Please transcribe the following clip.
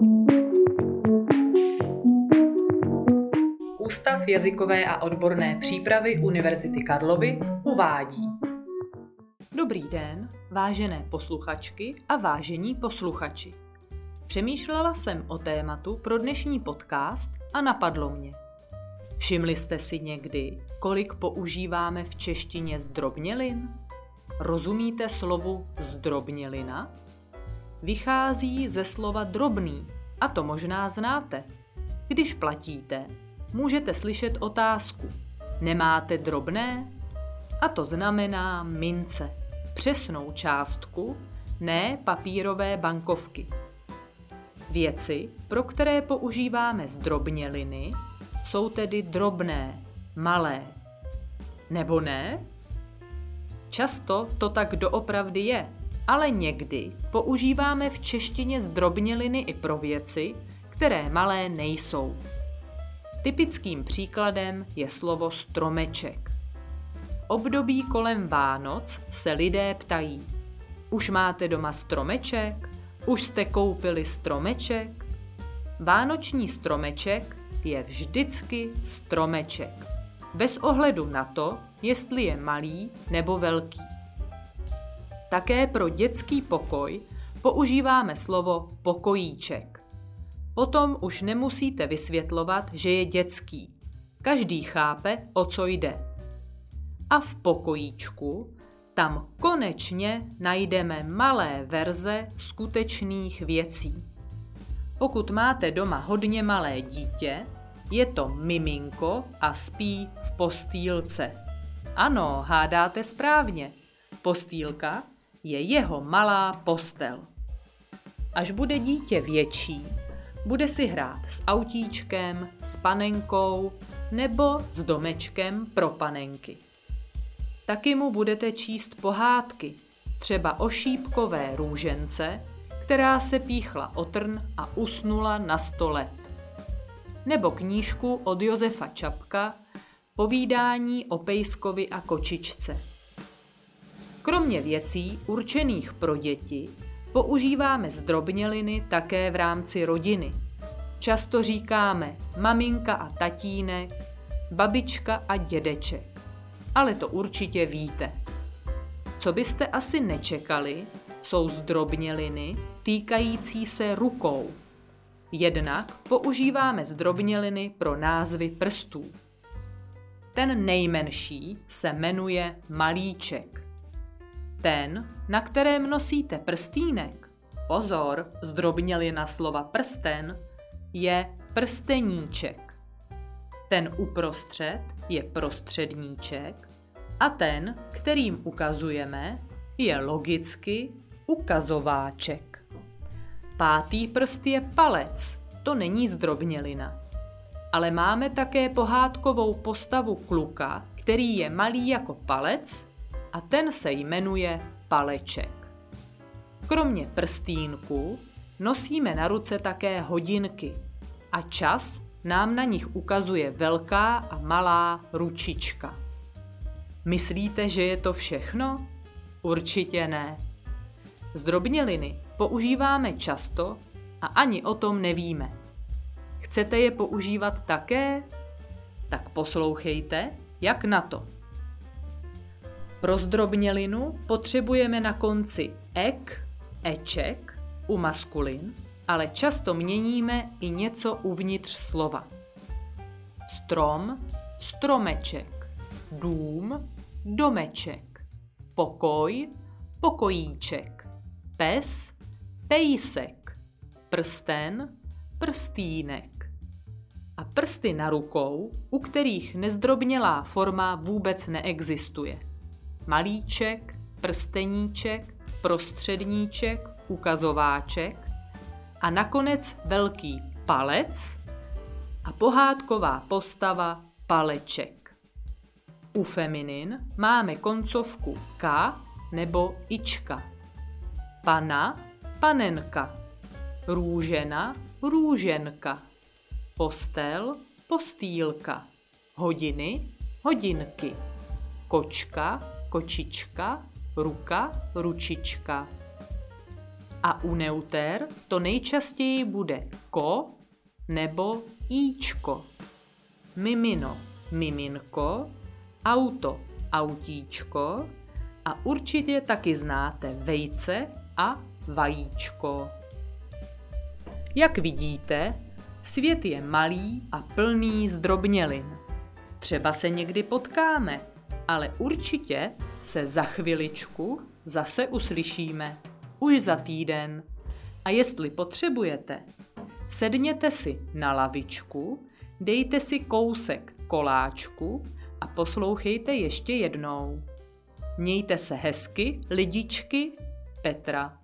Ústav jazykové a odborné přípravy Univerzity Karlovy uvádí. Dobrý den, vážené posluchačky a vážení posluchači. Přemýšlela jsem o tématu pro dnešní podcast a napadlo mě. Všimli jste si někdy, kolik používáme v češtině zdrobnělin? Rozumíte slovu zdrobnělina? Vychází ze slova drobný, a to možná znáte. Když platíte, můžete slyšet otázku: nemáte drobné? A to znamená mince, přesnou částku, ne papírové bankovky. Věci, pro které používáme zdrobněliny, jsou tedy drobné, malé. Nebo ne? Často to tak doopravdy je, ale někdy používáme v češtině zdrobněliny i pro věci, které malé nejsou. Typickým příkladem je slovo stromeček. V období kolem Vánoc se lidé ptají: už máte doma stromeček? Už jste koupili stromeček? Vánoční stromeček je vždycky stromeček, bez ohledu na to, jestli je malý nebo velký. Také pro dětský pokoj používáme slovo pokojíček. Potom už nemusíte vysvětlovat, že je dětský. Každý chápe, o co jde. A v pokojíčku tam konečně najdeme malé verze skutečných věcí. Pokud máte doma hodně malé dítě, je to miminko a spí v postýlce. Ano, hádáte správně. Postýlka je jeho malá postel. Až bude dítě větší, bude si hrát s autíčkem, s panenkou nebo s domečkem pro panenky. Taky mu budete číst pohádky, třeba o šípkové růžence, která se píchla o trn a usnula na stole. Nebo knížku od Josefa Čapka Povídání o pejskovi a kočičce. Kromě věcí určených pro děti používáme zdrobněliny také v rámci rodiny. Často říkáme maminka a tatínek, babička a dědeček. Ale to určitě víte. Co byste asi nečekali, jsou zdrobněliny týkající se rukou. Jednak používáme zdrobněliny pro názvy prstů. Ten nejmenší se jmenuje malíček. Ten, na kterém nosíte prstýnek, pozor, zdrobnělina slova prsten, je prsteníček. Ten uprostřed je prostředníček a ten, kterým ukazujeme, je logicky ukazováček. Pátý prst je palec, to není zdrobnělina. Ale máme také pohádkovou postavu kluka, který je malý jako palec a ten se jmenuje paleček. Kromě prstýnku nosíme na ruce také hodinky a čas nám na nich ukazuje velká a malá ručička. Myslíte, že je to všechno? Určitě ne. Zdrobněliny používáme často a ani o tom nevíme. Chcete je používat také? Tak poslouchejte, jak na to. Pro zdrobnělinu potřebujeme na konci ek, eček u maskulin, ale často měníme i něco uvnitř slova. Strom, stromeček, dům, domeček, pokoj, pokojíček, pes, pejsek, prsten, prstýnek. A prsty na rukou, u kterých nezdrobnělá forma vůbec neexistuje. Malíček, prsteníček, prostředníček, ukazováček a nakonec velký palec a pohádková postava paleček. U feminin máme koncovku ka nebo ička. Pana, panenka. Růžena, růženka. Postel, postýlka. Hodiny, hodinky. Kočka, kočička. Ruka, ručička. A u neuter to nejčastěji bude ko nebo íčko. Mimino, miminko, auto, autíčko a určitě taky znáte vejce a vajíčko. Jak vidíte, svět je malý a plný zdrobnělin. Třeba se někdy potkáme, ale určitě se za chviličku zase uslyšíme. Už za týden. A jestli potřebujete, sedněte si na lavičku, dejte si kousek koláčku a poslouchejte ještě jednou. Mějte se hezky, lidičky, Petra.